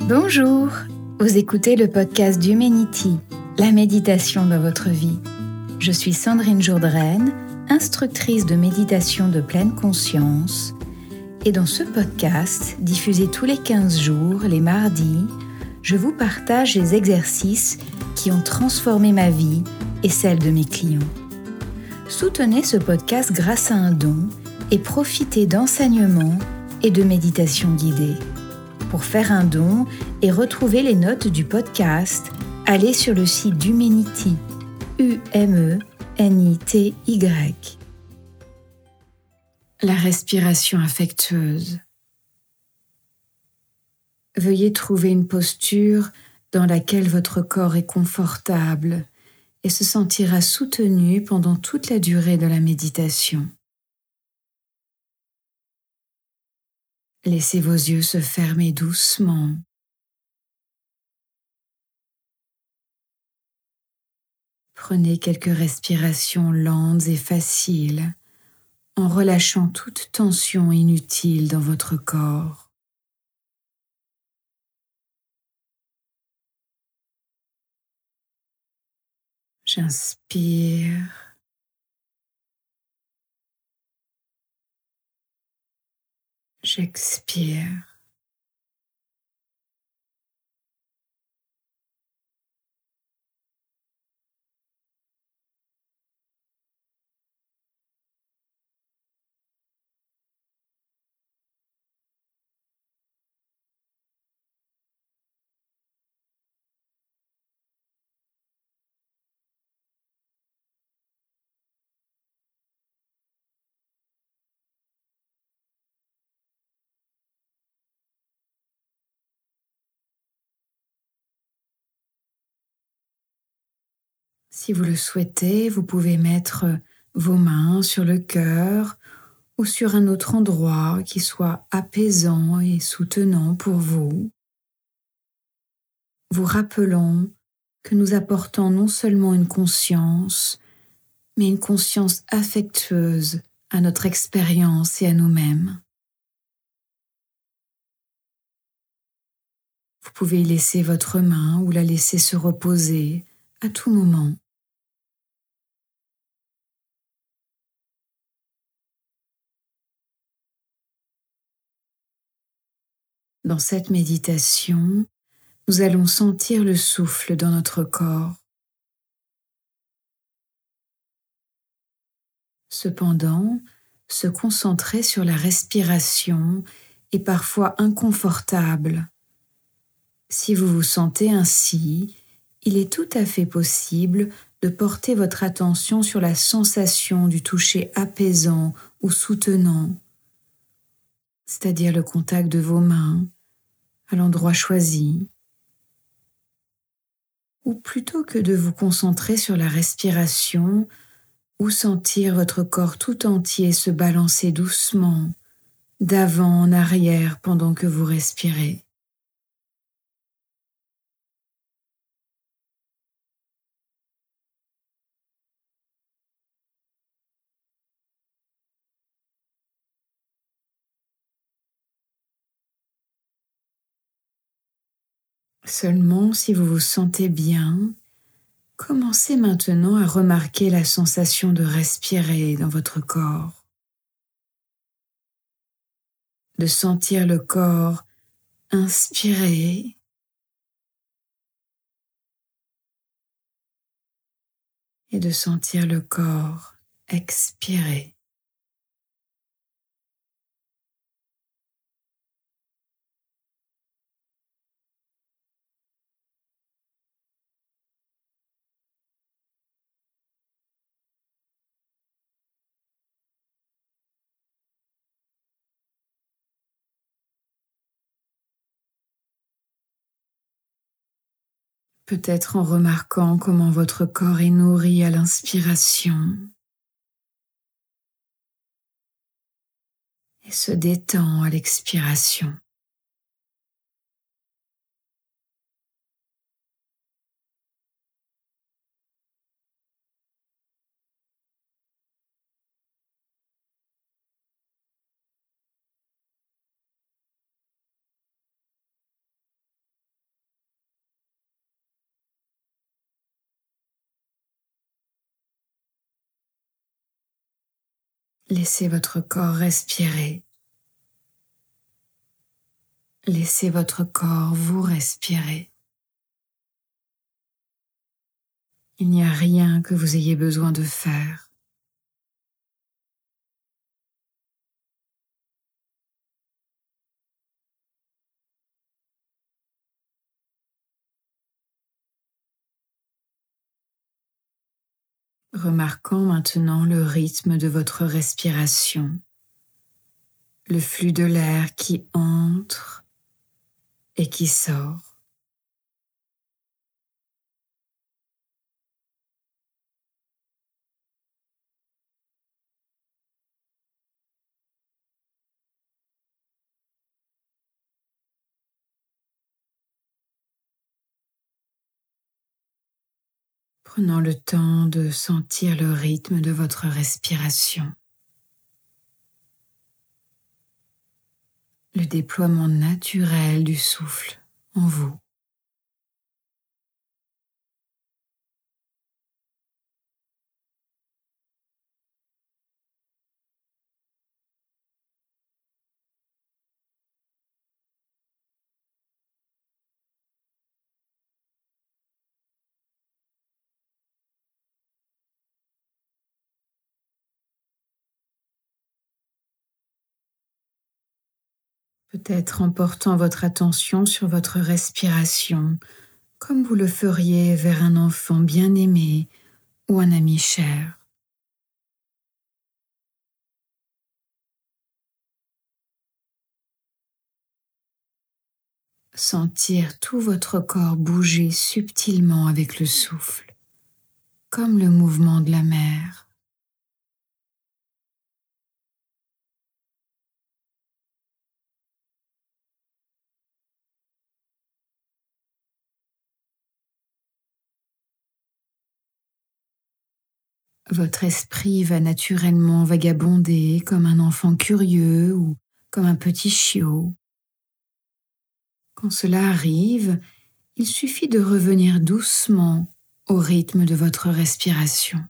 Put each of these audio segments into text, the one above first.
Bonjour, vous écoutez le podcast d'Humanity, la méditation dans votre vie. Je suis Sandrine Jourdraine, instructrice de méditation de pleine conscience. Et dans ce podcast, diffusé tous les 15 jours, les mardis, je vous partage les exercices qui ont transformé ma vie et celle de mes clients. Soutenez ce podcast grâce à un don et profitez d'enseignements et de méditations guidées. Pour faire un don et retrouver les notes du podcast, allez sur le site d'Humanity, Humanity. La respiration affectueuse. Veuillez trouver une posture dans laquelle votre corps est confortable et se sentira soutenu pendant toute la durée de la méditation. Laissez vos yeux se fermer doucement. Prenez quelques respirations lentes et faciles en relâchant toute tension inutile dans votre corps. J'inspire. J'expire. Si vous le souhaitez, vous pouvez mettre vos mains sur le cœur ou sur un autre endroit qui soit apaisant et soutenant pour vous. Vous rappelons que nous apportons non seulement une conscience, mais une conscience affectueuse à notre expérience et à nous-mêmes. Vous pouvez y laisser votre main ou la laisser se reposer à tout moment. Dans cette méditation, nous allons sentir le souffle dans notre corps. Cependant, se concentrer sur la respiration est parfois inconfortable. Si vous vous sentez ainsi, il est tout à fait possible de porter votre attention sur la sensation du toucher apaisant ou soutenant, c'est-à-dire le contact de vos mains à l'endroit choisi. Ou plutôt que de vous concentrer sur la respiration, ou sentir votre corps tout entier se balancer doucement, d'avant en arrière pendant que vous respirez. Seulement, si vous vous sentez bien, commencez maintenant à remarquer la sensation de respirer dans votre corps, de sentir le corps inspirer et de sentir le corps expirer. Peut-être en remarquant comment votre corps est nourri à l'inspiration et se détend à l'expiration. Laissez votre corps respirer. Laissez votre corps vous respirer. Il n'y a rien que vous ayez besoin de faire. Remarquant maintenant le rythme de votre respiration, le flux de l'air qui entre et qui sort. Prenant le temps de sentir le rythme de votre respiration, le déploiement naturel du souffle en vous. Peut-être en portant votre attention sur votre respiration, comme vous le feriez vers un enfant bien-aimé ou un ami cher. Sentir tout votre corps bouger subtilement avec le souffle, comme le mouvement de la mer. Votre esprit va naturellement vagabonder comme un enfant curieux ou comme un petit chiot. Quand cela arrive, il suffit de revenir doucement au rythme de votre respiration.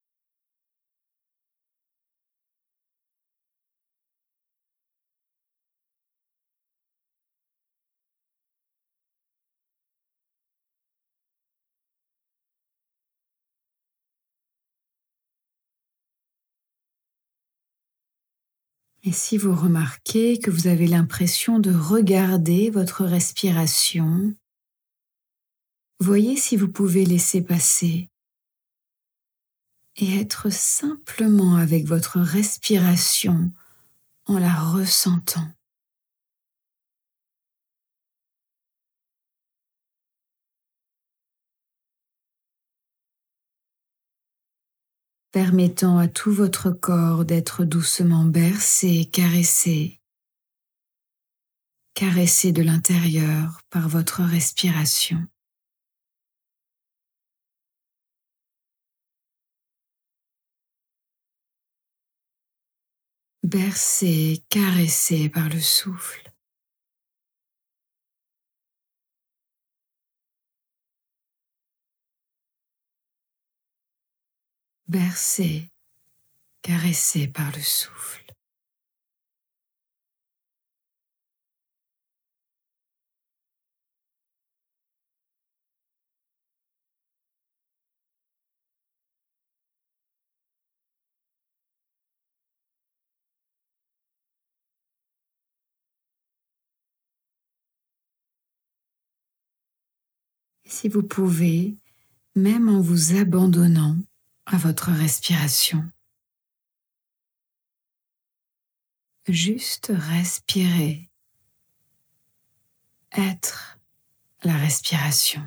Et si vous remarquez que vous avez l'impression de regarder votre respiration, voyez si vous pouvez laisser passer et être simplement avec votre respiration en la ressentant. Permettant à tout votre corps d'être doucement bercé, caressé de l'intérieur par votre respiration. Bercé, caressé par le souffle. Bercé, caressé par le souffle. Et si vous pouvez, même en vous abandonnant à votre respiration, juste respirer, être la respiration.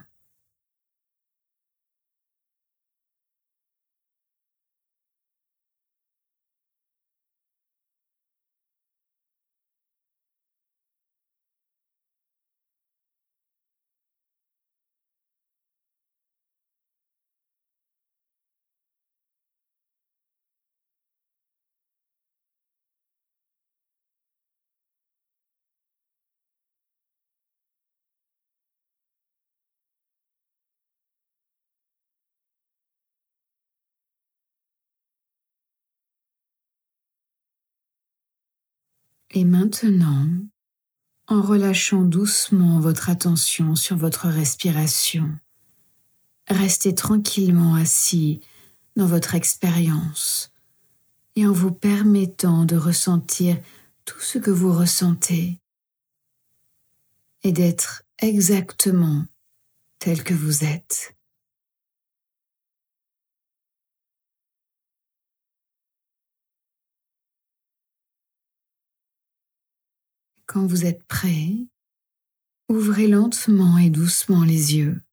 Et maintenant, en relâchant doucement votre attention sur votre respiration, restez tranquillement assis dans votre expérience et en vous permettant de ressentir tout ce que vous ressentez et d'être exactement tel que vous êtes. Quand vous êtes prêt, ouvrez lentement et doucement les yeux,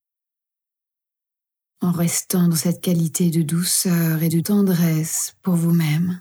en restant dans cette qualité de douceur et de tendresse pour vous-même.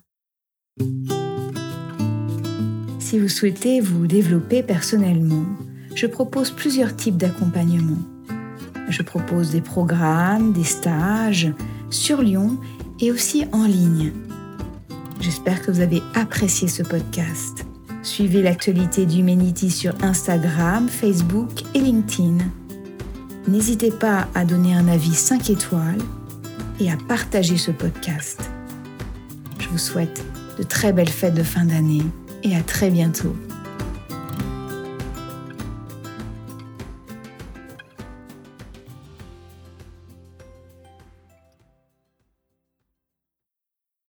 Si vous souhaitez vous développer personnellement, je propose plusieurs types d'accompagnement. Je propose des programmes, des stages sur Lyon et aussi en ligne. J'espère que vous avez apprécié ce podcast. Suivez l'actualité d'Humanity sur Instagram, Facebook et LinkedIn. N'hésitez pas à donner un avis 5 étoiles et à partager ce podcast. Je vous souhaite de très belles fêtes de fin d'année et à très bientôt.